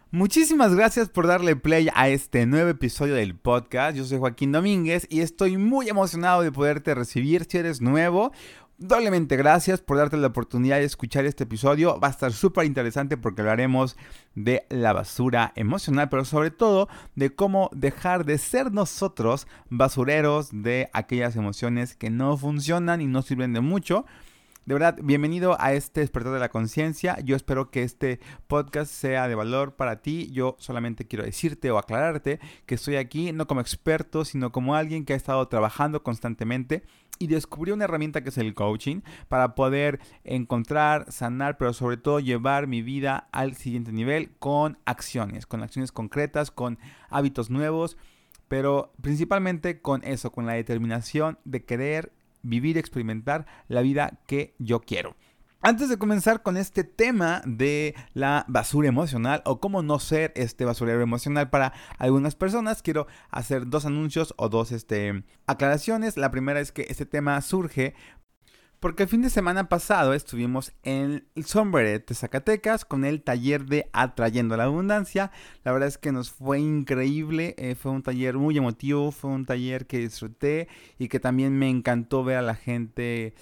Muchísimas gracias por darle play a este nuevo episodio del podcast. Yo soy Joaquín Domínguez y estoy muy emocionado de poderte recibir. Si eres nuevo, doblemente gracias por darte la oportunidad de escuchar este episodio. Va a estar súper interesante porque hablaremos de la basura emocional, pero sobre todo de cómo dejar de ser nosotros basureros de aquellas emociones que no funcionan y no sirven de mucho. De verdad, bienvenido a este despertar de la conciencia. Yo espero que este podcast sea de valor para ti. Yo solamente quiero decirte o aclararte que estoy aquí no como experto, sino como alguien que ha estado trabajando constantemente y descubrió una herramienta que es el coaching para poder encontrar, sanar, pero sobre todo llevar mi vida al siguiente nivel con acciones concretas, con hábitos nuevos, pero principalmente con eso, con la determinación de querer vivir y experimentar la vida que yo quiero. Antes de comenzar con este tema de la basura emocional o cómo no ser este basurero emocional para algunas personas, quiero hacer dos anuncios o dos aclaraciones. La primera es que este tema surge porque el fin de semana pasado estuvimos en el Sombreret de Zacatecas con el taller de Atrayendo la Abundancia. La verdad es que nos fue increíble, fue un taller muy emotivo, fue un taller que disfruté y que también me encantó ver a la gente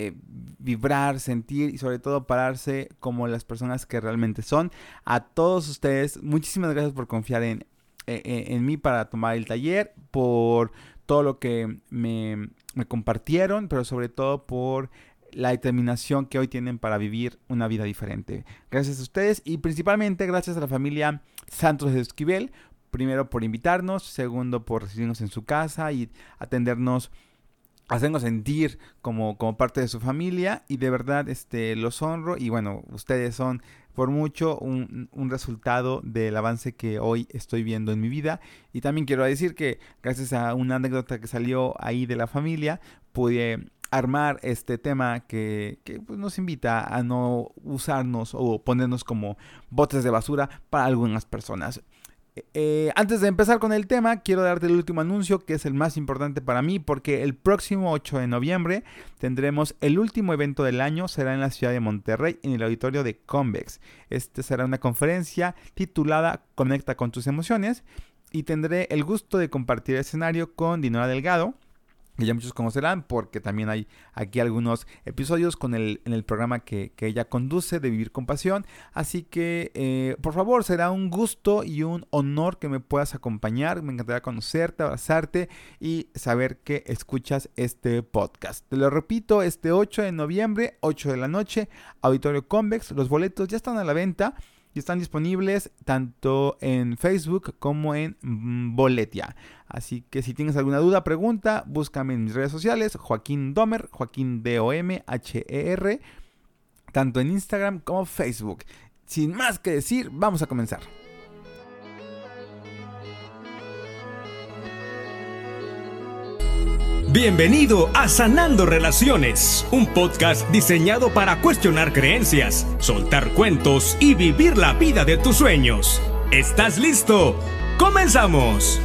vibrar, sentir y sobre todo pararse como las personas que realmente son. A todos ustedes, muchísimas gracias por confiar en mí para tomar el taller, por todo lo que me compartieron, pero sobre todo por la determinación que hoy tienen para vivir una vida diferente. Gracias a ustedes y principalmente gracias a la familia Santos de Esquivel, primero por invitarnos, segundo por recibirnos en su casa y atendernos, hacernos sentir como parte de su familia, y de verdad los honro. Y bueno, ustedes son por mucho un resultado del avance que hoy estoy viendo en mi vida. Y también quiero decir que gracias a una anécdota que salió ahí de la familia, pude armar este tema que pues nos invita a no usarnos o ponernos como botes de basura para algunas personas. Antes de empezar con el tema, quiero darte el último anuncio, que es el más importante para mí, porque el próximo 8 de noviembre tendremos el último evento del año. Será en la ciudad de Monterrey, en el auditorio de Convex. Será una conferencia titulada Conecta con tus emociones, y tendré el gusto de compartir escenario con Dinora Delgado, que ya muchos conocerán porque también hay aquí algunos episodios en el programa que ella conduce de Vivir con Pasión. Así que por favor, será un gusto y un honor que me puedas acompañar. Me encantará conocerte, abrazarte y saber que escuchas este podcast. Te lo repito, este 8 de noviembre, 8 de la noche, Auditorio Convex. Los boletos ya están a la venta y están disponibles tanto en Facebook como en Boletia. Así que si tienes alguna duda, pregunta, búscame en mis redes sociales, Joaquín Domer, Joaquín Domher, tanto en Instagram como Facebook. Sin más que decir, vamos a comenzar. Bienvenido a Sanando Relaciones, un podcast diseñado para cuestionar creencias, soltar cuentos y vivir la vida de tus sueños. ¿Estás listo? ¡Comenzamos!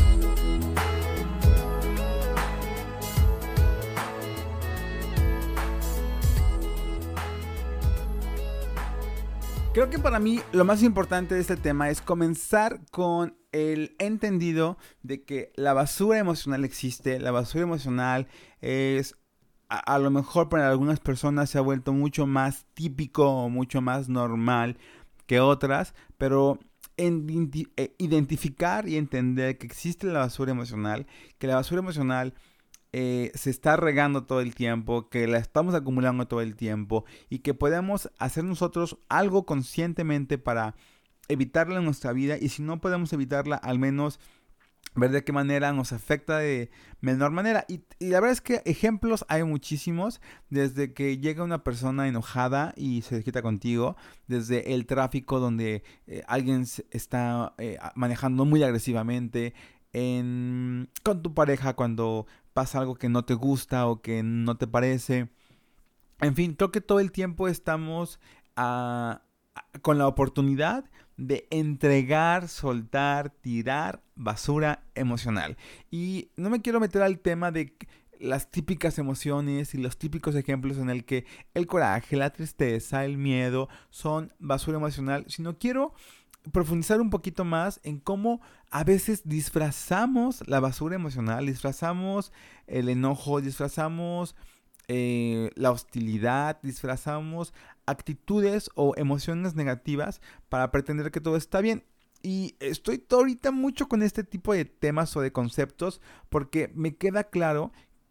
Creo que para mí lo más importante de este tema es comenzar con el entendido de que la basura emocional existe. La basura emocional es, a lo mejor para algunas personas se ha vuelto mucho más típico o mucho más normal que otras, pero identificar y entender que existe la basura emocional, que la basura emocional se está regando todo el tiempo, que la estamos acumulando todo el tiempo y que podemos hacer nosotros algo conscientemente para evitarla en nuestra vida, y si no podemos evitarla, al menos ver de qué manera nos afecta de menor manera. Y la verdad es que ejemplos hay muchísimos, desde que llega una persona enojada y se desquita contigo, desde el tráfico donde alguien está manejando muy agresivamente, con tu pareja cuando pasa algo que no te gusta o que no te parece. En fin, creo que todo el tiempo estamos con la oportunidad de entregar, soltar, tirar basura emocional. Y no me quiero meter al tema de las típicas emociones y los típicos ejemplos en el que el coraje, la tristeza, el miedo son basura emocional, sino quiero profundizar un poquito más en cómo a veces disfrazamos la basura emocional, disfrazamos el enojo, disfrazamos la hostilidad, disfrazamos actitudes o emociones negativas para pretender que todo está bien. Y estoy ahorita mucho con este tipo de temas o de conceptos porque me queda claro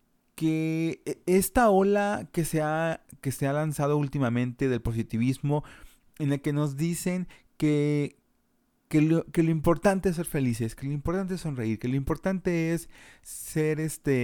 que esta ola que se ha lanzado últimamente del positivismo, en el que nos dicen que lo importante es ser felices, que lo importante es sonreír, que lo importante es ser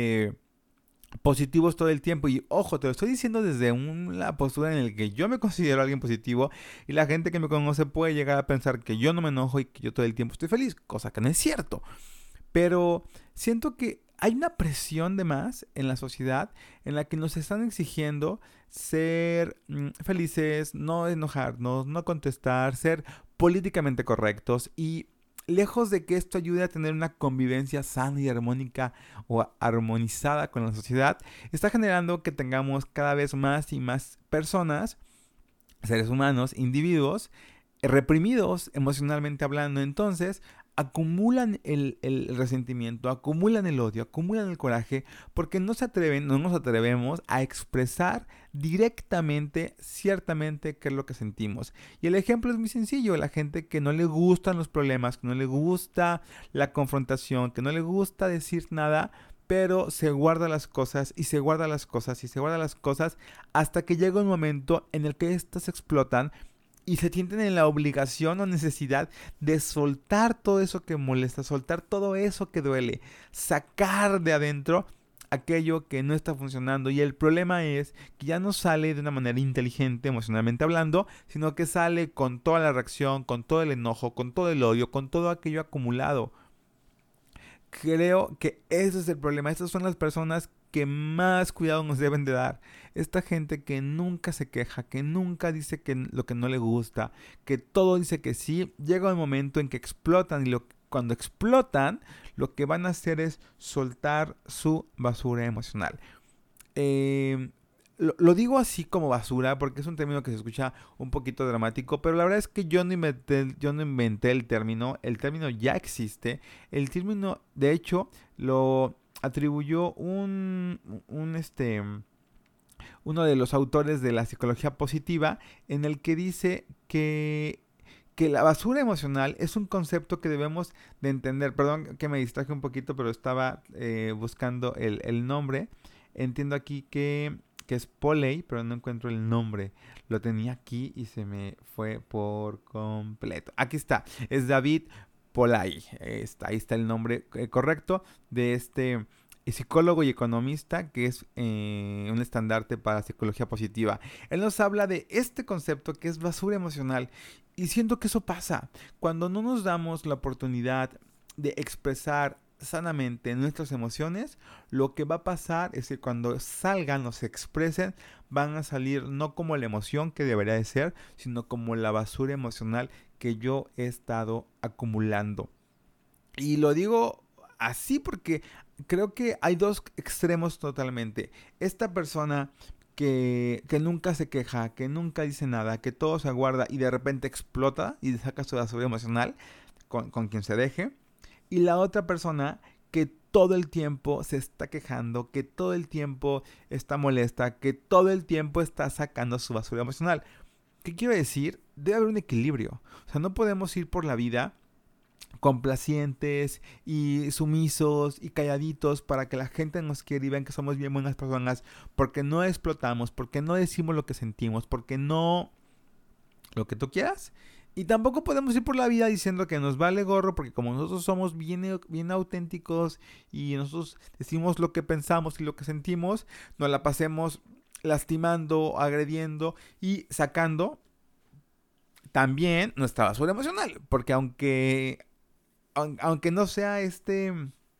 positivos todo el tiempo. Y ojo, te lo estoy diciendo desde una postura en la que yo me considero alguien positivo y la gente que me conoce puede llegar a pensar que yo no me enojo y que yo todo el tiempo estoy feliz, cosa que no es cierto. Pero siento que hay una presión de más en la sociedad en la que nos están exigiendo ser felices, no enojarnos, no contestar, ser políticamente correctos y lejos de que esto ayude a tener una convivencia sana y armónica o armonizada con la sociedad, está generando que tengamos cada vez más y más personas, seres humanos, individuos, reprimidos emocionalmente hablando. Entonces acumulan el resentimiento, acumulan el odio, acumulan el coraje, porque no nos atrevemos a expresar directamente, ciertamente, qué es lo que sentimos. Y el ejemplo es muy sencillo: la gente que no le gustan los problemas, que no le gusta la confrontación, que no le gusta decir nada, pero se guarda las cosas y se guarda las cosas y se guarda las cosas hasta que llega un momento en el que éstas explotan y se sienten en la obligación o necesidad de soltar todo eso que molesta, soltar todo eso que duele, sacar de adentro aquello que no está funcionando. Y el problema es que ya no sale de una manera inteligente, emocionalmente hablando, sino que sale con toda la reacción, con todo el enojo, con todo el odio, con todo aquello acumulado. Creo que ese es el problema. Estas son las personas que más cuidado nos deben de dar. Esta gente que nunca se queja, que nunca dice que lo que no le gusta, que todo dice que sí, llega un momento en que explotan y cuando explotan, lo que van a hacer es soltar su basura emocional. Lo digo así como basura porque es un término que se escucha un poquito dramático, pero la verdad es que yo no inventé el término ya existe. El término, de hecho, lo atribuyó uno de los autores de la psicología positiva, en el que dice que la basura emocional es un concepto que debemos de entender. Perdón que me distraje un poquito, pero estaba buscando el nombre. Entiendo aquí que es Poley, pero no encuentro el nombre. Lo tenía aquí y se me fue por completo. Aquí está, es David Polay. Ahí está el nombre correcto de este psicólogo y economista que es un estandarte para psicología positiva. Él nos habla de este concepto que es basura emocional. Y siento que eso pasa cuando no nos damos la oportunidad de expresar sanamente nuestras emociones. Lo que va a pasar es que cuando salgan o se expresen, van a salir no como la emoción que debería de ser, sino como la basura emocional que yo he estado acumulando. Y lo digo así porque creo que hay dos extremos totalmente. Esta persona que nunca se queja, que nunca dice nada, que todo se aguarda y de repente explota y saca su basura emocional con quien se deje. Y la otra persona que todo el tiempo se está quejando, que todo el tiempo está molesta, que todo el tiempo está sacando su basura emocional. ¿Qué quiero decir? Debe haber un equilibrio. O sea, no podemos ir por la vida complacientes y sumisos y calladitos para que la gente nos quiera y vean que somos bien buenas personas, porque no explotamos, porque no decimos lo que sentimos, porque no lo que tú quieras. Y tampoco podemos ir por la vida diciendo que nos vale gorro, porque como nosotros somos bien auténticos y nosotros decimos lo que pensamos y lo que sentimos, nos la pasemos lastimando, agrediendo y sacando también nuestra basura emocional. Porque aunque no sea este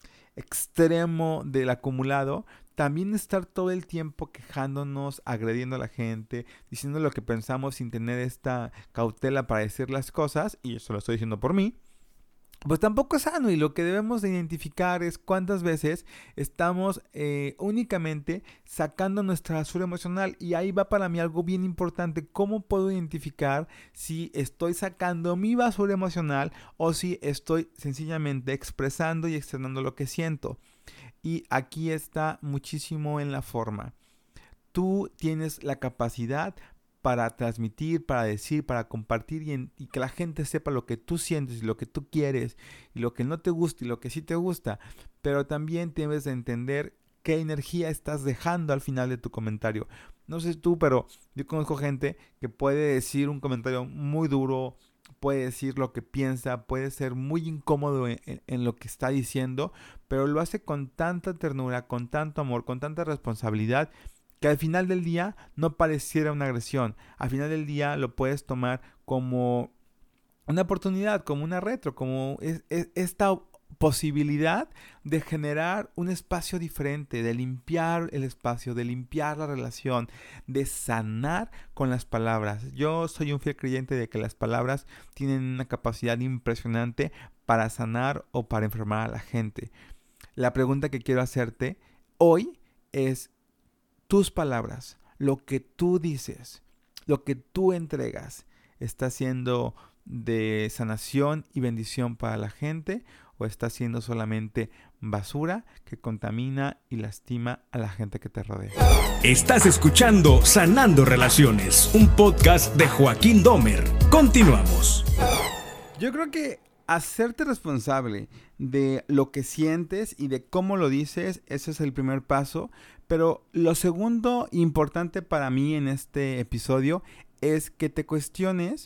extremo del acumulado, también estar todo el tiempo quejándonos, agrediendo a la gente, diciendo lo que pensamos sin tener esta cautela para decir las cosas, y eso lo estoy diciendo por mí, pues tampoco es sano, y lo que debemos de identificar es cuántas veces estamos únicamente sacando nuestra basura emocional. Y ahí va para mí algo bien importante: cómo puedo identificar si estoy sacando mi basura emocional o si estoy sencillamente expresando y externando lo que siento. Y aquí está muchísimo en la forma. Tú tienes la capacidad para transmitir, para decir, para compartir y que la gente sepa lo que tú sientes y lo que tú quieres y lo que no te gusta y lo que sí te gusta. Pero también debes de entender qué energía estás dejando al final de tu comentario. No sé tú, pero yo conozco gente que puede decir un comentario muy duro, puede decir lo que piensa, puede ser muy incómodo en lo que está diciendo, pero lo hace con tanta ternura, con tanto amor, con tanta responsabilidad, que al final del día no pareciera una agresión. Al final del día lo puedes tomar como una oportunidad, como una retro, como esta posibilidad de generar un espacio diferente, de limpiar el espacio, de limpiar la relación, de sanar con las palabras. Yo soy un fiel creyente de que las palabras tienen una capacidad impresionante para sanar o para enfermar a la gente. La pregunta que quiero hacerte hoy es: tus palabras, lo que tú dices, lo que tú entregas, ¿está siendo de sanación y bendición para la gente, o está siendo solamente basura que contamina y lastima a la gente que te rodea? Estás escuchando Sanando Relaciones, un podcast de Joaquín Domer. Continuamos. Yo creo que hacerte responsable de lo que sientes y de cómo lo dices, ese es el primer paso. Pero lo segundo importante para mí en este episodio es que te cuestiones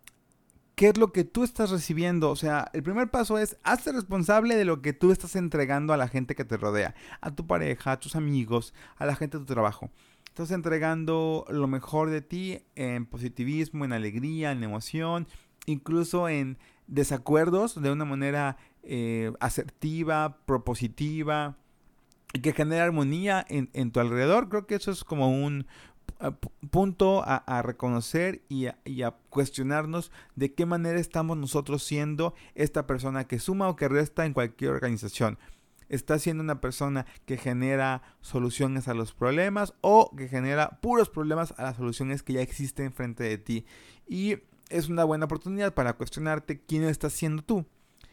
qué es lo que tú estás recibiendo. O sea, el primer paso es: hazte responsable de lo que tú estás entregando a la gente que te rodea, a tu pareja, a tus amigos, a la gente de tu trabajo. Estás entregando lo mejor de ti en positivismo, en alegría, en emoción, incluso en desacuerdos de una manera asertiva, propositiva, y que genera armonía en tu alrededor. Creo que eso es como un punto a reconocer y a cuestionarnos de qué manera estamos nosotros siendo esta persona que suma o que resta en cualquier organización. ¿Estás siendo una persona que genera soluciones a los problemas, o que genera puros problemas a las soluciones que ya existen frente de ti? Y es una buena oportunidad para cuestionarte quién estás siendo tú.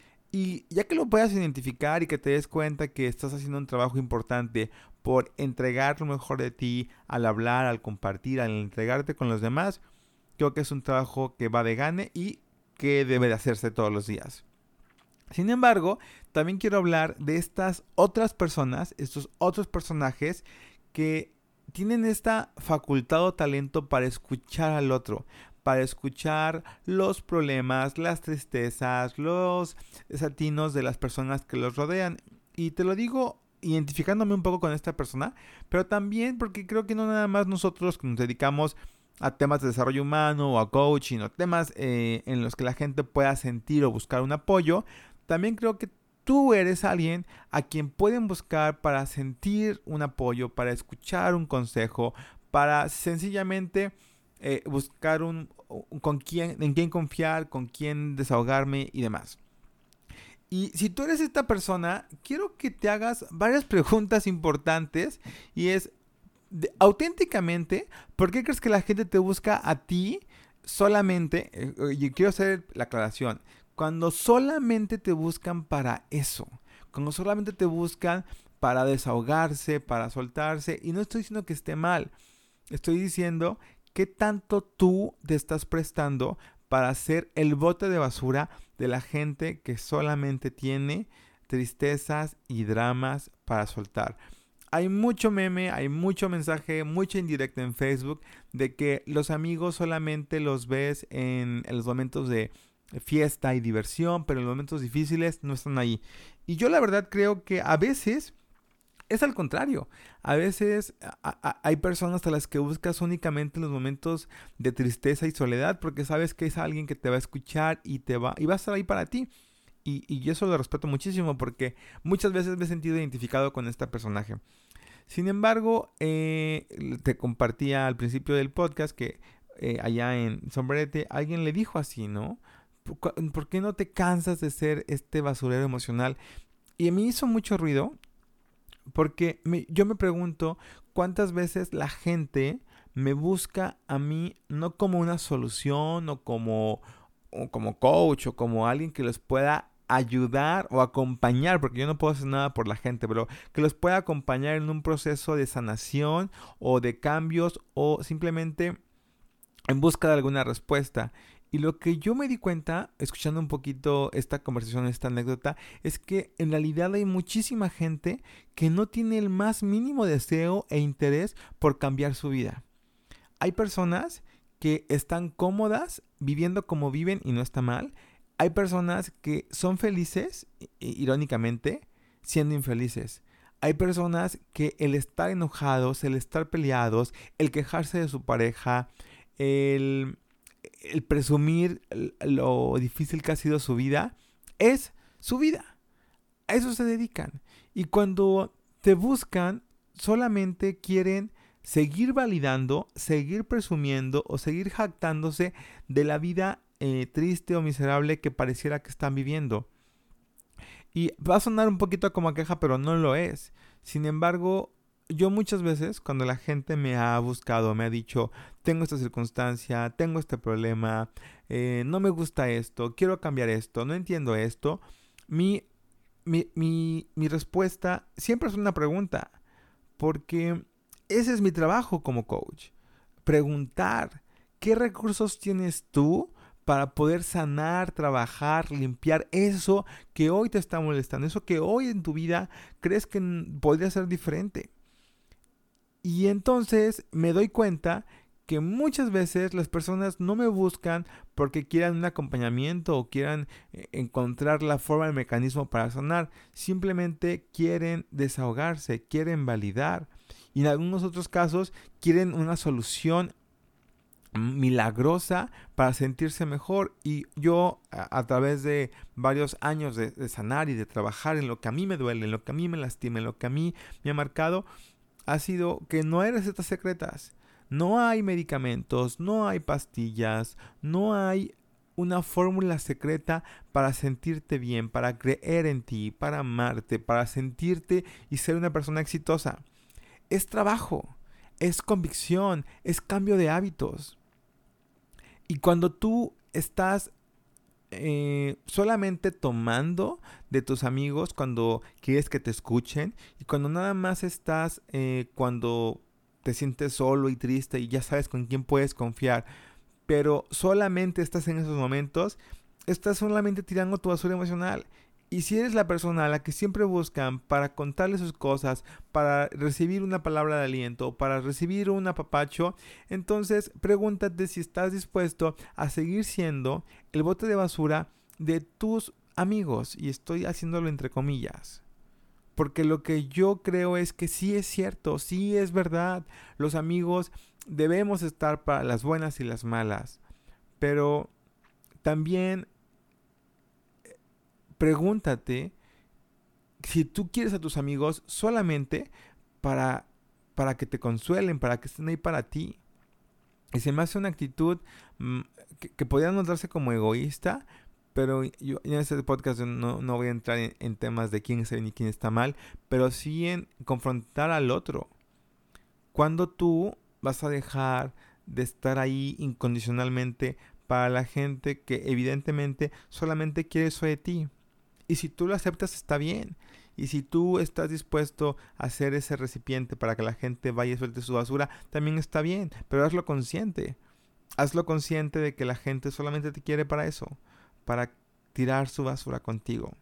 Y ya que lo puedas identificar y que te des cuenta que estás haciendo un trabajo importante por entregar lo mejor de ti al hablar, al compartir, al entregarte con los demás, creo que es un trabajo que va de gane y que debe de hacerse todos los días. Sin embargo, también quiero hablar de estas otras personas, estos otros personajes que tienen esta facultad o talento para escuchar al otro, para escuchar los problemas, las tristezas, los desatinos de las personas que los rodean. Y te lo digo identificándome un poco con esta persona, pero también porque creo que no nada más nosotros que nos dedicamos a temas de desarrollo humano o a coaching o temas en los que la gente pueda sentir o buscar un apoyo, también creo que tú eres alguien a quien pueden buscar para sentir un apoyo, para escuchar un consejo, para sencillamente buscar en quién confiar, con quién desahogarme y demás. Y si tú eres esta persona, quiero que te hagas varias preguntas importantes, y es: auténticamente, ¿por qué crees que la gente te busca a ti solamente? Y quiero hacer la aclaración: cuando solamente te buscan para eso, cuando solamente te buscan para desahogarse, para soltarse. Y no estoy diciendo que esté mal, estoy diciendo qué tanto tú te estás prestando para ser el bote de basura de la gente que solamente tiene tristezas y dramas para soltar. Hay mucho meme, hay mucho mensaje, mucha indirecta en Facebook de que los amigos solamente los ves en los momentos de fiesta y diversión, pero en los momentos difíciles no están ahí. Y yo la verdad creo que a veces es al contrario. A veces hay personas a las que buscas únicamente en los momentos de tristeza y soledad, porque sabes que es alguien que te va a escuchar y va a estar ahí para ti. Y yo eso lo respeto muchísimo, porque muchas veces me he sentido identificado con este personaje. Sin embargo, te compartía al principio del podcast que allá en Sombrerete alguien le dijo así, ¿no? ¿Por qué no te cansas de ser este basurero emocional? Y me hizo mucho ruido porque yo me pregunto cuántas veces la gente me busca a mí no como una solución o como coach o como alguien que los pueda ayudar o acompañar, porque yo no puedo hacer nada por la gente, pero que los pueda acompañar en un proceso de sanación o de cambios o simplemente en busca de alguna respuesta. Y lo que yo me di cuenta, escuchando un poquito esta conversación, esta anécdota, es que en realidad hay muchísima gente que no tiene el más mínimo deseo e interés por cambiar su vida. Hay personas que están cómodas viviendo como viven y no está mal. Hay personas que son felices, irónicamente, siendo infelices. Hay personas que el estar enojados, el estar peleados, el quejarse de su pareja, el presumir lo difícil que ha sido su vida, es su vida. A eso se dedican. Y cuando te buscan, solamente quieren seguir validando, seguir presumiendo o seguir jactándose de la vida triste o miserable que pareciera que están viviendo. Y va a sonar un poquito como a queja, pero no lo es. Sin embargo, yo muchas veces cuando la gente me ha buscado, me ha dicho, tengo esta circunstancia, tengo este problema, no me gusta esto, quiero cambiar esto, no entiendo esto, mi respuesta siempre es una pregunta, porque ese es mi trabajo como coach. Preguntar, ¿qué recursos tienes tú para poder sanar, trabajar, limpiar eso que hoy te está molestando, eso que hoy en tu vida crees que podría ser diferente? Y entonces me doy cuenta que muchas veces las personas no me buscan porque quieran un acompañamiento o quieran encontrar la forma, el mecanismo para sanar. Simplemente quieren desahogarse, quieren validar. Y en algunos otros casos quieren una solución milagrosa para sentirse mejor. Y yo a través de varios años de sanar y de trabajar en lo que a mí me duele, en lo que a mí me lastima, en lo que a mí me ha marcado, ha sido que no hay recetas secretas, no hay medicamentos, no hay pastillas, no hay una fórmula secreta para sentirte bien, para creer en ti, para amarte, para sentirte y ser una persona exitosa. Es trabajo, es convicción, es cambio de hábitos. Y cuando tú estás solamente tomando de tus amigos cuando quieres que te escuchen y cuando nada más estás cuando te sientes solo y triste y ya sabes con quién puedes confiar, pero solamente estás en esos momentos, estás solamente tirando tu basura emocional. Y si eres la persona a la que siempre buscan para contarle sus cosas, para recibir una palabra de aliento, para recibir un apapacho, entonces pregúntate si estás dispuesto a seguir siendo el bote de basura de tus amigos. Y estoy haciéndolo entre comillas. Porque lo que yo creo es que sí es cierto, sí es verdad. Los amigos debemos estar para las buenas y las malas. Pero también pregúntate si tú quieres a tus amigos solamente para que te consuelen, para que estén ahí para ti. Y se me hace una actitud que podría notarse como egoísta, pero yo en este podcast no voy a entrar en temas de quién está bien y quién está mal, pero sí en confrontar al otro. ¿Cuándo tú vas a dejar de estar ahí incondicionalmente para la gente que evidentemente solamente quiere eso de ti? Y si tú lo aceptas, está bien. Y si tú estás dispuesto a ser ese recipiente para que la gente vaya y suelte su basura, también está bien. Pero hazlo consciente. Hazlo consciente de que la gente solamente te quiere para eso. Para tirar su basura contigo.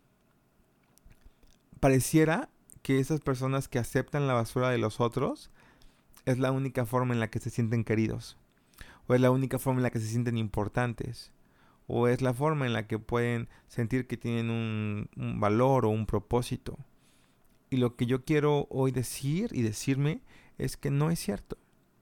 Pareciera que esas personas que aceptan la basura de los otros es la única forma en la que se sienten queridos. O es la única forma en la que se sienten importantes. O es la forma en la que pueden sentir que tienen un valor o un propósito. Y lo que yo quiero hoy decir y decirme es que no es cierto.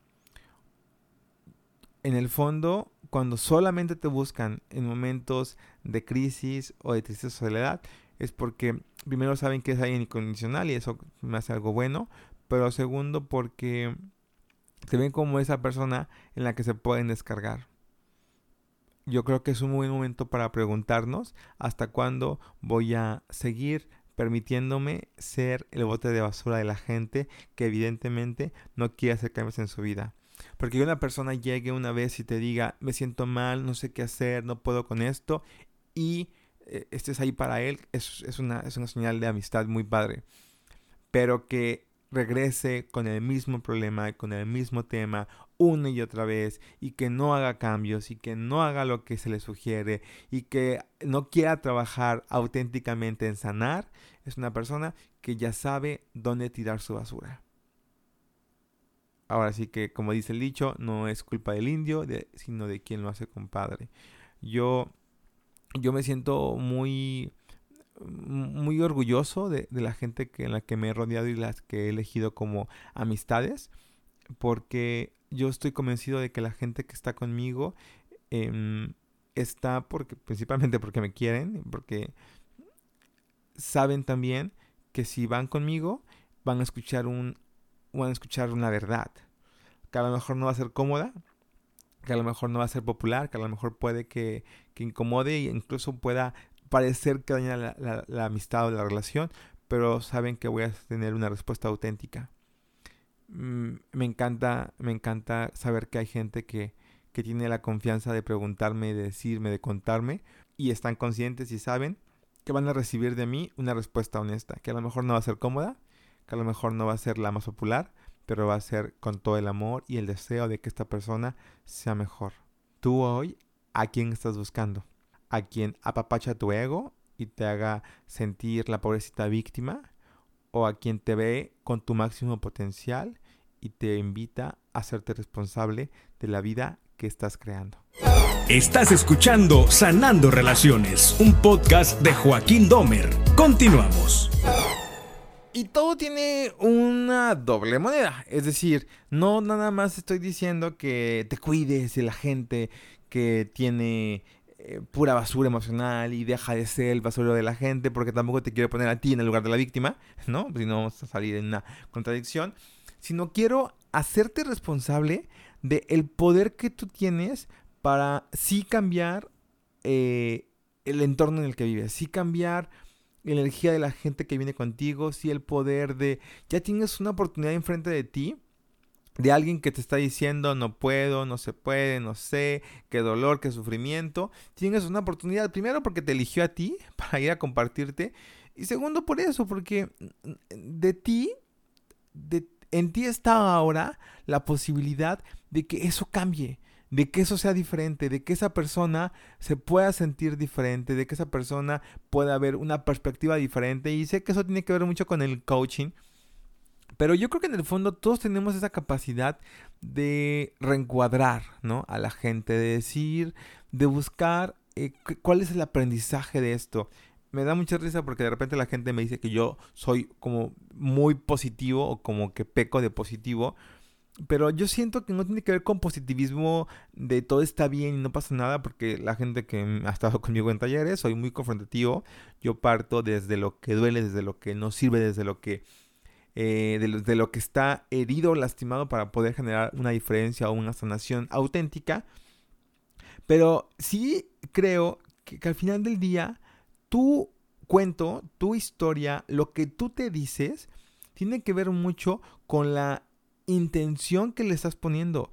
En el fondo, cuando solamente te buscan en momentos de crisis o de tristeza o soledad, es porque primero saben que es alguien incondicional y eso me hace algo bueno, pero segundo porque te ven como esa persona en la que se pueden descargar. yo creo que es un buen momento para preguntarnos hasta cuándo voy a seguir permitiéndome ser el bote de basura de la gente que evidentemente no quiere hacer cambios en su vida. Porque que una persona llegue una vez y te diga, me siento mal, no sé qué hacer, no puedo con esto, y estés ahí para él, es una señal de amistad muy padre. Pero que regrese con el mismo problema, con el mismo tema, una y otra vez, y que no haga cambios, y que no haga lo que se le sugiere, y que no quiera trabajar auténticamente en sanar, es una persona que ya sabe dónde tirar su basura. Ahora sí que, como dice el dicho, no es culpa del indio, sino de quien lo hace compadre. Yo me siento muy orgulloso de la gente en la que me he rodeado y las que he elegido como amistades, porque yo estoy convencido de que la gente que está conmigo está principalmente porque me quieren, porque saben también que si van conmigo van a escuchar una verdad, que a lo mejor no va a ser cómoda, que a lo mejor no va a ser popular, que a lo mejor puede que incomode e incluso pueda parecer que daña la amistad o la relación, pero saben que voy a tener una respuesta auténtica. Me encanta saber que hay gente que tiene la confianza de preguntarme, de decirme, de contarme, y están conscientes y saben que van a recibir de mí una respuesta honesta, que a lo mejor no va a ser cómoda, que a lo mejor no va a ser la más popular, pero va a ser con todo el amor y el deseo de que esta persona sea mejor. Tú hoy, ¿a quién estás buscando? ¿A quien apapacha tu ego y te haga sentir la pobrecita víctima? ¿O a quien te ve con tu máximo potencial y te invita a hacerte responsable de la vida que estás creando? Estás escuchando Sanando Relaciones, un podcast de Joaquín Domer. Continuamos. Y todo tiene una doble moneda. Es decir, no nada más estoy diciendo que te cuides de la gente que tiene pura basura emocional y deja de ser el basurero de la gente, porque tampoco te quiero poner a ti en el lugar de la víctima, ¿no? Si no vamos a salir en una contradicción. Sino quiero hacerte responsable del poder que tú tienes para sí cambiar el entorno en el que vives, sí cambiar la energía de la gente que viene contigo, sí el poder de... Ya tienes una oportunidad enfrente de ti, de alguien que te está diciendo no puedo, no se puede, no sé, qué dolor, qué sufrimiento. Tienes una oportunidad, primero porque te eligió a ti para ir a compartirte, y segundo por eso, porque en ti está ahora la posibilidad de que eso cambie, de que eso sea diferente, de que esa persona se pueda sentir diferente, de que esa persona pueda ver una perspectiva diferente. Y sé que eso tiene que ver mucho con el coaching, pero yo creo que en el fondo todos tenemos esa capacidad de reencuadrar, ¿no?, a la gente, de decir, de buscar cuál es el aprendizaje de esto. Me da mucha risa porque de repente la gente me dice que yo soy como muy positivo o como que peco de positivo. Pero yo siento que no tiene que ver con positivismo de todo está bien y no pasa nada, porque la gente que ha estado conmigo en talleres, soy muy confrontativo. Yo parto desde lo que duele, desde lo que no sirve, desde lo que de lo que está herido o lastimado para poder generar una diferencia o una sanación auténtica. Pero sí creo que al final del día, tu cuento, tu historia, lo que tú te dices, tiene que ver mucho con la intención que le estás poniendo,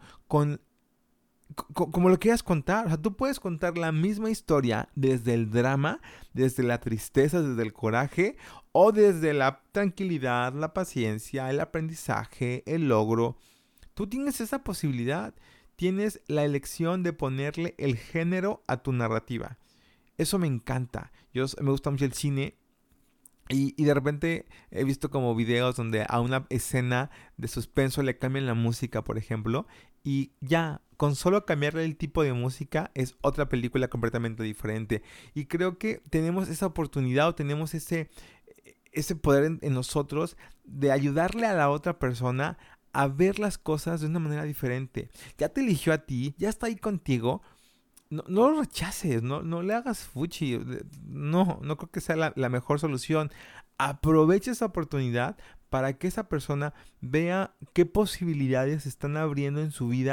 como lo quieras contar. O sea, tú puedes contar la misma historia desde el drama, desde la tristeza, desde el coraje, o desde la tranquilidad, la paciencia, el aprendizaje, el logro. Tú tienes esa posibilidad, tienes la elección de ponerle el género a tu narrativa. Eso me encanta. Me gusta mucho el cine. Y de repente he visto como videos donde a una escena de suspenso le cambian la música, por ejemplo, y ya, con solo cambiarle el tipo de música es otra película completamente diferente. Y creo que tenemos esa oportunidad o tenemos ese poder en nosotros de ayudarle a la otra persona a ver las cosas de una manera diferente. Ya te eligió a ti, ya está ahí contigo. No lo rechaces, no le hagas fuchi. No creo que sea la mejor solución. Aprovecha esa oportunidad para que esa persona vea qué posibilidades están abriendo en su vida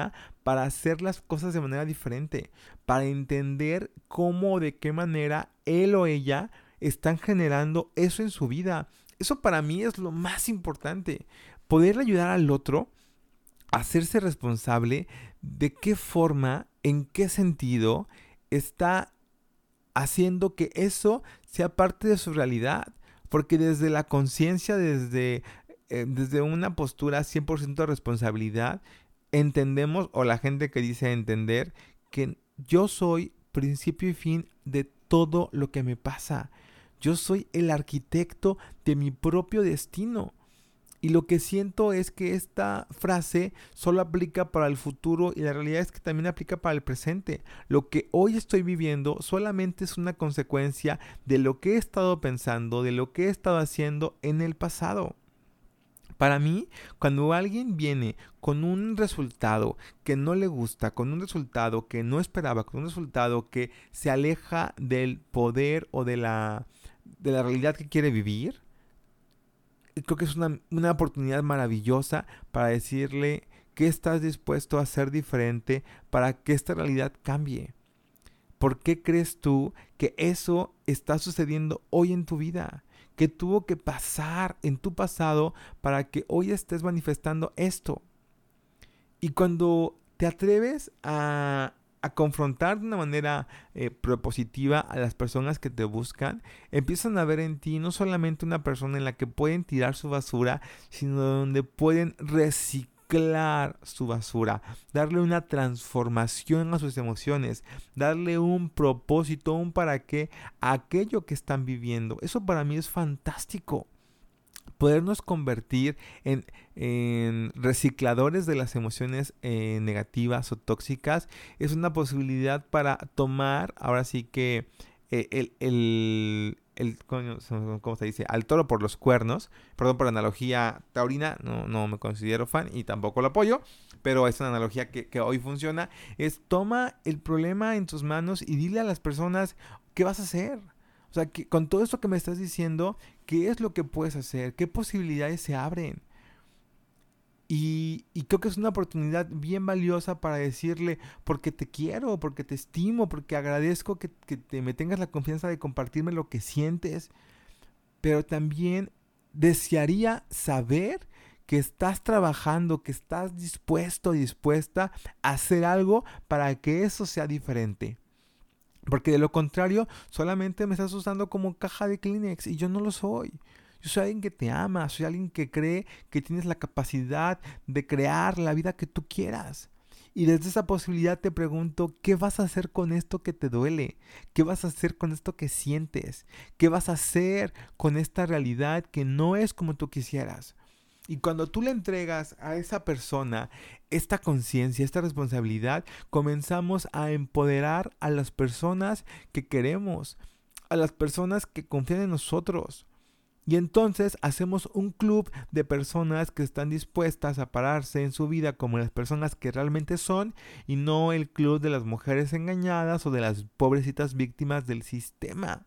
para hacer las cosas de manera diferente, para entender cómo o de qué manera él o ella están generando eso en su vida. Eso para mí es lo más importante, poder ayudar al otro a hacerse responsable de qué forma, en qué sentido está haciendo que eso sea parte de su realidad. Porque desde la conciencia, desde una postura 100% de responsabilidad, entendemos, o la gente que dice entender, que yo soy principio y fin de todo lo que me pasa. Yo soy el arquitecto de mi propio destino. Y lo que siento es que esta frase solo aplica para el futuro y la realidad es que también aplica para el presente. Lo que hoy estoy viviendo solamente es una consecuencia de lo que he estado pensando, de lo que he estado haciendo en el pasado. Para mí, cuando alguien viene con un resultado que no le gusta, con un resultado que no esperaba, con un resultado que se aleja del poder o de la realidad que quiere vivir, creo que es una oportunidad maravillosa para decirle qué estás dispuesto a hacer diferente para que esta realidad cambie. ¿Por qué crees tú que eso está sucediendo hoy en tu vida? ¿Qué tuvo que pasar en tu pasado para que hoy estés manifestando esto? Y cuando te atreves a confrontar de una manera propositiva a las personas que te buscan, empiezan a ver en ti no solamente una persona en la que pueden tirar su basura, sino donde pueden reciclar su basura, darle una transformación a sus emociones, darle un propósito, un para qué a aquello que están viviendo. Eso para mí es fantástico. Podernos convertir en recicladores de las emociones negativas o tóxicas es una posibilidad para tomar, ahora sí que ¿cómo se dice? Al toro por los cuernos. Perdón por la analogía taurina, no me considero fan y tampoco lo apoyo, pero es una analogía que hoy funciona. Es toma el problema en tus manos y dile a las personas qué vas a hacer. O sea, que con todo esto que me estás diciendo, ¿qué es lo que puedes hacer? ¿Qué posibilidades se abren? Y creo que es una oportunidad bien valiosa para decirle, porque te quiero, porque te estimo, porque agradezco que me tengas la confianza de compartirme lo que sientes. Pero también desearía saber que estás trabajando, que estás dispuesto, dispuesta a hacer algo para que eso sea diferente. Porque de lo contrario, solamente me estás usando como caja de Kleenex y yo no lo soy. Yo soy alguien que te ama, soy alguien que cree que tienes la capacidad de crear la vida que tú quieras. Y desde esa posibilidad te pregunto, ¿qué vas a hacer con esto que te duele? ¿Qué vas a hacer con esto que sientes? ¿Qué vas a hacer con esta realidad que no es como tú quisieras? Y cuando tú le entregas a esa persona esta conciencia, esta responsabilidad, comenzamos a empoderar a las personas que queremos, a las personas que confían en nosotros. Y entonces hacemos un club de personas que están dispuestas a pararse en su vida como las personas que realmente son y no el club de las mujeres engañadas o de las pobrecitas víctimas del sistema.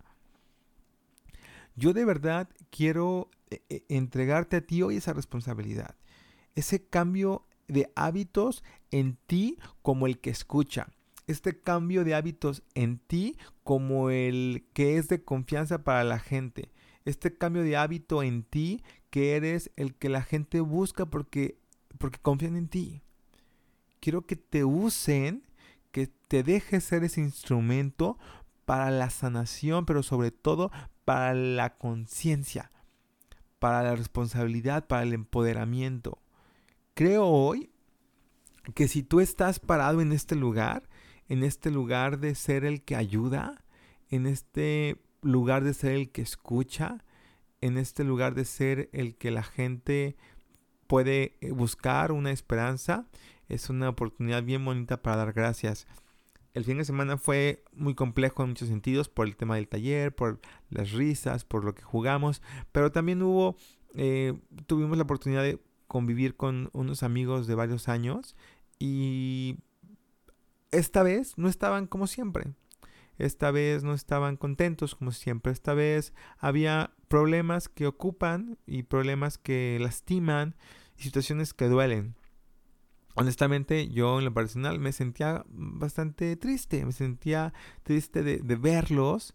Yo de verdad quiero entregarte a ti hoy esa responsabilidad, ese cambio de hábitos en ti como el que escucha, este cambio de hábitos en ti como el que es de confianza para la gente, este cambio de hábito en ti que eres el que la gente busca porque confían en ti. Quiero que te usen, que te dejes ser ese instrumento para la sanación, pero sobre todo para la conciencia, para la responsabilidad, para el empoderamiento. Creo hoy que si tú estás parado en este lugar de ser el que ayuda, en este lugar de ser el que escucha, en este lugar de ser el que la gente puede buscar una esperanza, es una oportunidad bien bonita para dar gracias. El fin de semana fue muy complejo en muchos sentidos por el tema del taller, por las risas, por lo que jugamos, pero también tuvimos la oportunidad de convivir con unos amigos de varios años y esta vez no estaban como siempre. Esta vez no estaban contentos como siempre. Esta vez había problemas que ocupan y problemas que lastiman y situaciones que duelen. honestamente, yo en lo personal me sentía bastante triste. Me sentía triste de verlos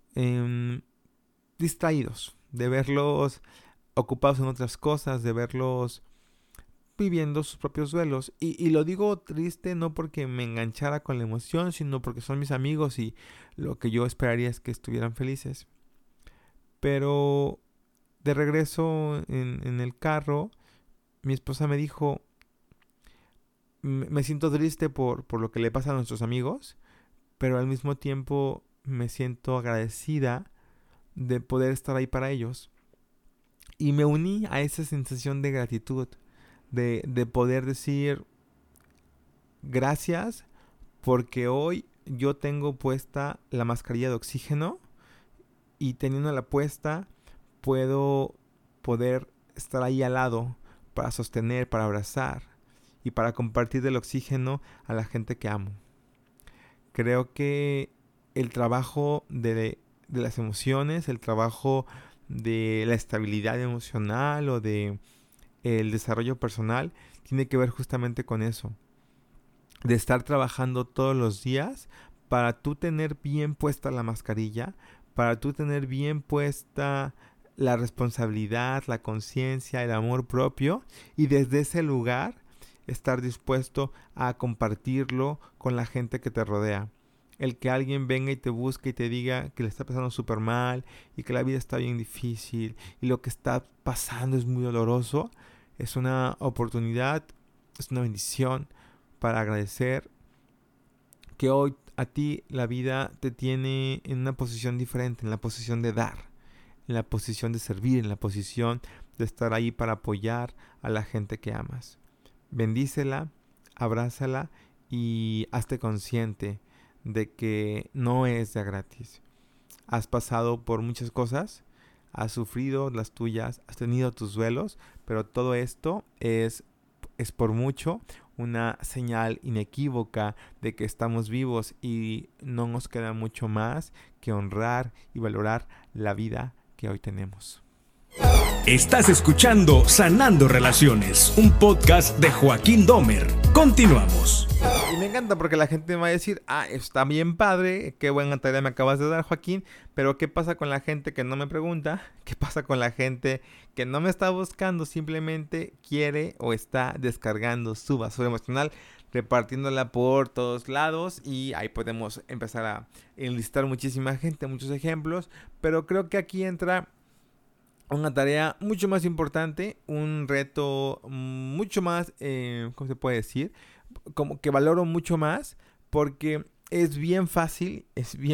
distraídos, de verlos ocupados en otras cosas, de verlos viviendo sus propios duelos. Y lo digo triste no porque me enganchara con la emoción, sino porque son mis amigos y lo que yo esperaría es que estuvieran felices. Pero de regreso en el carro, mi esposa me dijo, me siento triste por lo que le pasa a nuestros amigos, pero al mismo tiempo me siento agradecida de poder estar ahí para ellos. Y me uní a esa sensación de gratitud, de poder decir gracias porque hoy yo tengo puesta la mascarilla de oxígeno y teniéndola puesta puedo poder estar ahí al lado para sostener, para abrazar y para compartir del oxígeno a la gente que amo. Creo que el trabajo de las emociones, el trabajo de la estabilidad emocional o de el desarrollo personal tiene que ver justamente con eso, de estar trabajando todos los días para tú tener bien puesta la mascarilla, para tú tener bien puesta la responsabilidad, la conciencia, el amor propio y desde ese lugar estar dispuesto a compartirlo con la gente que te rodea. El que alguien venga y te busque y te diga que le está pasando súper mal y que la vida está bien difícil y lo que está pasando es muy doloroso, es una oportunidad, es una bendición para agradecer que hoy a ti la vida te tiene en una posición diferente, en la posición de dar, en la posición de servir, en la posición de estar ahí para apoyar a la gente que amas. Bendícela, abrázala y hazte consciente de que no es de gratis. Has pasado por muchas cosas, has sufrido las tuyas, has tenido tus duelos, pero todo esto es por mucho una señal inequívoca de que estamos vivos y no nos queda mucho más que honrar y valorar la vida que hoy tenemos. Estás escuchando Sanando Relaciones, un podcast de Joaquín Domer. Continuamos. Y me encanta porque la gente me va a decir, está bien padre, qué buena tarea me acabas de dar, Joaquín, pero ¿qué pasa con la gente que no me pregunta? ¿Qué pasa con la gente que no me está buscando? Simplemente quiere o está descargando su basura emocional, repartiéndola por todos lados y ahí podemos empezar a enlistar muchísima gente, muchos ejemplos, pero creo que aquí entra una tarea mucho más importante, un reto mucho más, ¿cómo se puede decir? Como que valoro mucho más porque es bien fácil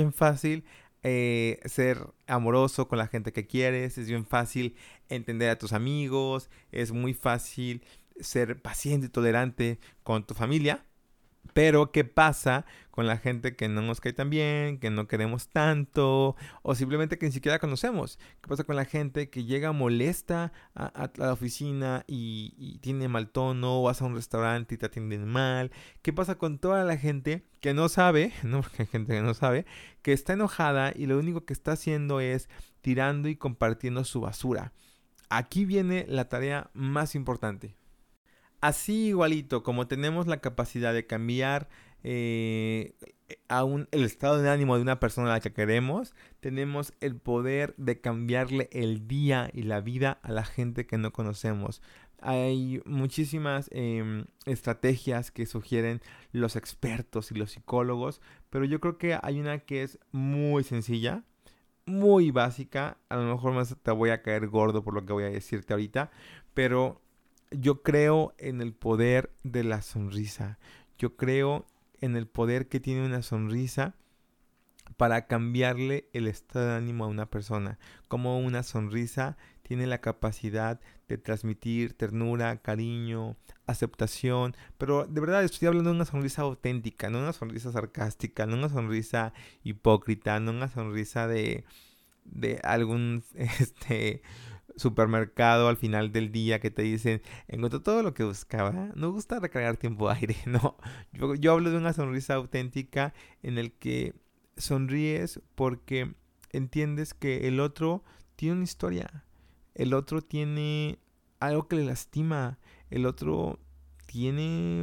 ser amoroso con la gente que quieres, es bien fácil entender a tus amigos, es muy fácil ser paciente y tolerante con tu familia. Pero, ¿qué pasa con la gente que no nos cae tan bien, que no queremos tanto, o simplemente que ni siquiera conocemos? ¿Qué pasa con la gente que llega molesta a la oficina y tiene mal tono, o vas a un restaurante y te atienden mal? ¿Qué pasa con toda la gente que no sabe, no? Porque hay gente que no sabe, que está enojada y lo único que está haciendo es tirando y compartiendo su basura? Aquí viene la tarea más importante. Así igualito como tenemos la capacidad de cambiar el estado de ánimo de una persona a la que queremos, tenemos el poder de cambiarle el día y la vida a la gente que no conocemos. Hay muchísimas estrategias que sugieren los expertos y los psicólogos, pero yo creo que hay una que es muy sencilla, muy básica. A lo mejor más te voy a caer gordo por lo que voy a decirte ahorita, pero yo creo en el poder de la sonrisa. Yo creo en el poder que tiene una sonrisa para cambiarle el estado de ánimo a una persona. Como una sonrisa tiene la capacidad de transmitir ternura, cariño, aceptación. Pero de verdad estoy hablando de una sonrisa auténtica, no una sonrisa sarcástica, no una sonrisa hipócrita, no una sonrisa de algún supermercado al final del día que te dicen, encontré todo lo que buscaba, no gusta recargar tiempo aire. No, yo hablo de una sonrisa auténtica en el que sonríes porque entiendes que el otro tiene una historia, el otro tiene algo que le lastima, el otro tiene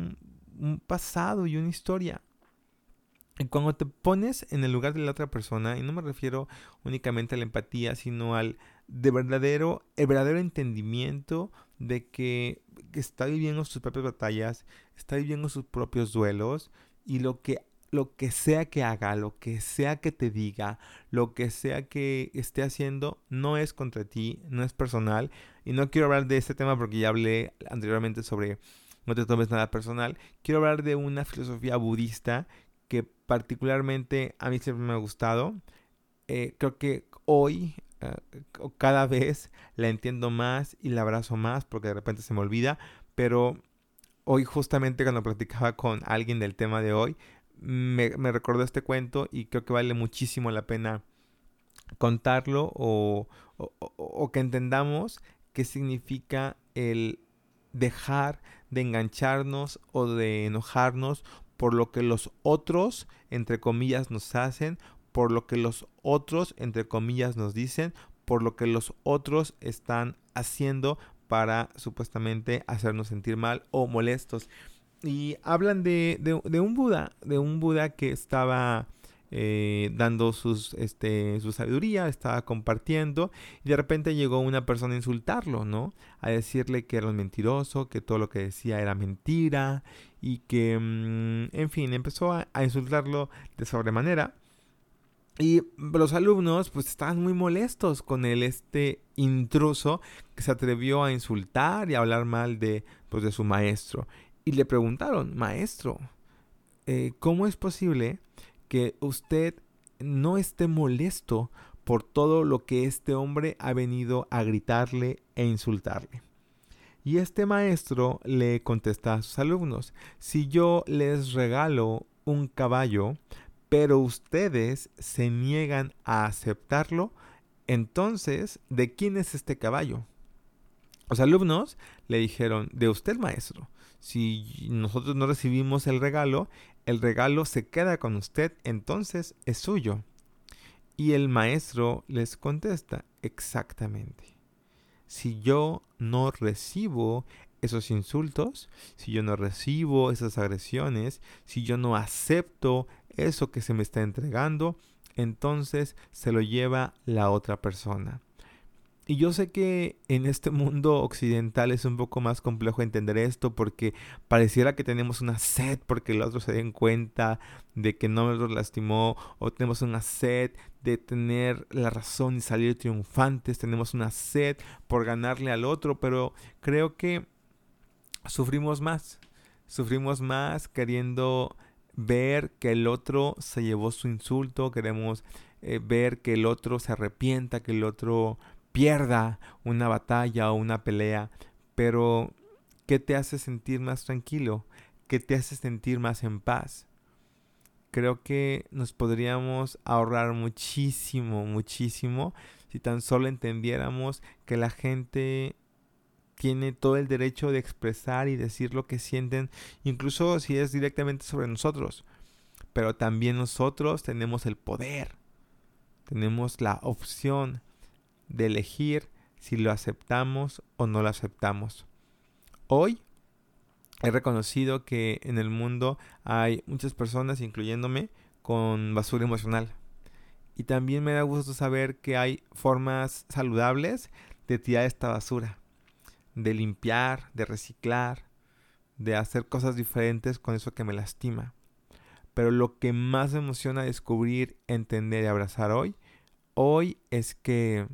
un pasado y una historia. Y cuando te pones en el lugar de la otra persona, y no me refiero únicamente a la empatía, sino al el verdadero entendimiento de que está viviendo sus propias batallas, está viviendo sus propios duelos, y lo que sea que haga, lo que sea que te diga, lo que sea que esté haciendo, no es contra ti, no es personal. Y no quiero hablar de este tema porque ya hablé anteriormente sobre no te tomes nada personal. Quiero hablar de una filosofía budista que particularmente a mí siempre me ha gustado. Creo que hoy, cada vez la entiendo más y la abrazo más porque de repente se me olvida. Pero hoy justamente cuando platicaba con alguien del tema de hoy, me recordó este cuento y creo que vale muchísimo la pena contarlo o que entendamos qué significa el dejar de engancharnos o de enojarnos por lo que los otros, entre comillas, nos hacen, por lo que los otros, entre comillas, nos dicen, por lo que los otros están haciendo para supuestamente hacernos sentir mal o molestos. Y hablan de un Buda que estaba dando su sabiduría, estaba compartiendo, y de repente llegó una persona a insultarlo, ¿no? A decirle que era un mentiroso, que todo lo que decía era mentira, y que, en fin, empezó a insultarlo de sobremanera. Y los alumnos pues estaban muy molestos con este intruso que se atrevió a insultar y a hablar mal de su maestro. Y le preguntaron: maestro, ¿cómo es posible que usted no esté molesto por todo lo que este hombre ha venido a gritarle e insultarle? Y este maestro le contesta a sus alumnos: si yo les regalo un caballo, pero ustedes se niegan a aceptarlo, entonces, ¿de quién es este caballo? Los alumnos le dijeron: de usted, maestro. Si nosotros no recibimos el regalo se queda con usted, entonces es suyo. Y el maestro les contesta: exactamente. Si yo no recibo esos insultos, si yo no recibo esas agresiones, si yo no acepto eso que se me está entregando, entonces se lo lleva la otra persona. Y yo sé que en este mundo occidental es un poco más complejo entender esto porque pareciera que tenemos una sed porque el otro se den cuenta de que no nos lastimó, o tenemos una sed de tener la razón y salir triunfantes, tenemos una sed por ganarle al otro, pero creo que sufrimos más queriendo ver que el otro se llevó su insulto, queremos ver que el otro se arrepienta, que el otro pierda una batalla o una pelea. Pero ¿qué te hace sentir más tranquilo? ¿Qué te hace sentir más en paz? Creo que nos podríamos ahorrar muchísimo si tan solo entendiéramos que la gente tiene todo el derecho de expresar y decir lo que sienten, incluso si es directamente sobre nosotros. Pero también nosotros tenemos el poder, tenemos la opción de elegir si lo aceptamos o no lo aceptamos. Hoy he reconocido que en el mundo hay muchas personas, incluyéndome, con basura emocional. Y también me da gusto saber que hay formas saludables de tirar esta basura, de limpiar, de reciclar, de hacer cosas diferentes con eso que me lastima. Pero lo que más me emociona descubrir, entender y abrazar hoy es que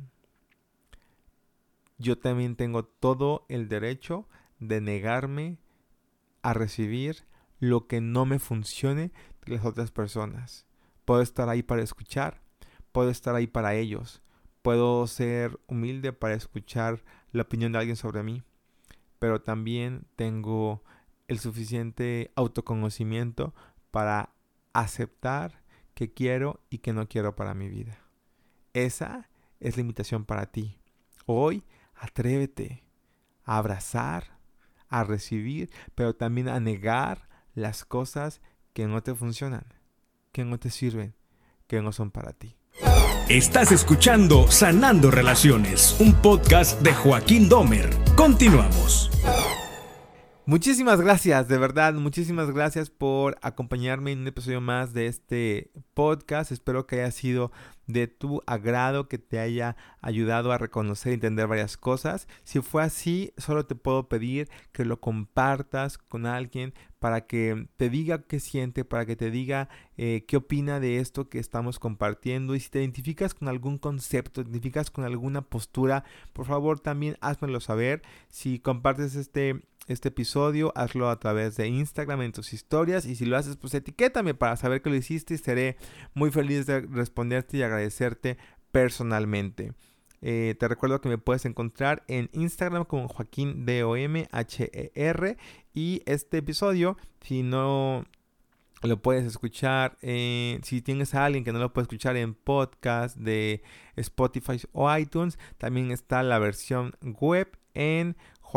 yo también tengo todo el derecho de negarme a recibir lo que no me funcione de las otras personas. Puedo estar ahí para escuchar, puedo estar ahí para ellos, puedo ser humilde para escuchar la opinión de alguien sobre mí, pero también tengo el suficiente autoconocimiento para aceptar qué quiero y qué no quiero para mi vida. Esa es la invitación para ti. Hoy atrévete a abrazar, a recibir, pero también a negar las cosas que no te funcionan, que no te sirven, que no son para ti. Estás escuchando Sanando Relaciones, un podcast de Joaquín Domer. Continuamos. Muchísimas gracias, de verdad, muchísimas gracias por acompañarme en un episodio más de este podcast. Espero que haya sido de tu agrado, que te haya ayudado a reconocer y entender varias cosas. Si fue así, solo te puedo pedir que lo compartas con alguien para que te diga qué siente, para que te diga qué opina de esto que estamos compartiendo. Y si te identificas con algún concepto, te identificas con alguna postura, por favor también házmelo saber. Si compartes este episodio, hazlo a través de Instagram en tus historias, y si lo haces, pues etiquétame para saber que lo hiciste y estaré muy feliz de responderte y agradecerte personalmente. Te recuerdo que me puedes encontrar en Instagram como JoaquinDomHer, y este episodio, si no lo puedes escuchar, si tienes a alguien que no lo puede escuchar en podcast de Spotify o iTunes, también está la versión web en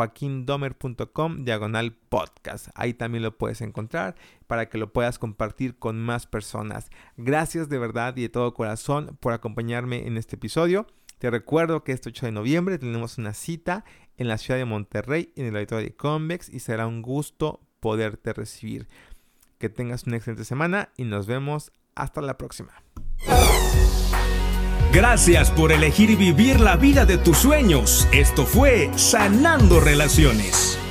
joaquindomer.com/podcast. Ahí también lo puedes encontrar para que lo puedas compartir con más personas. Gracias de verdad y de todo corazón por acompañarme en este episodio. Te recuerdo que este 8 de noviembre tenemos una cita en la ciudad de Monterrey, en el auditorio de Convex, y será un gusto poderte recibir. Que tengas una excelente semana y nos vemos hasta la próxima. Gracias por elegir vivir la vida de tus sueños. Esto fue Sanando Relaciones.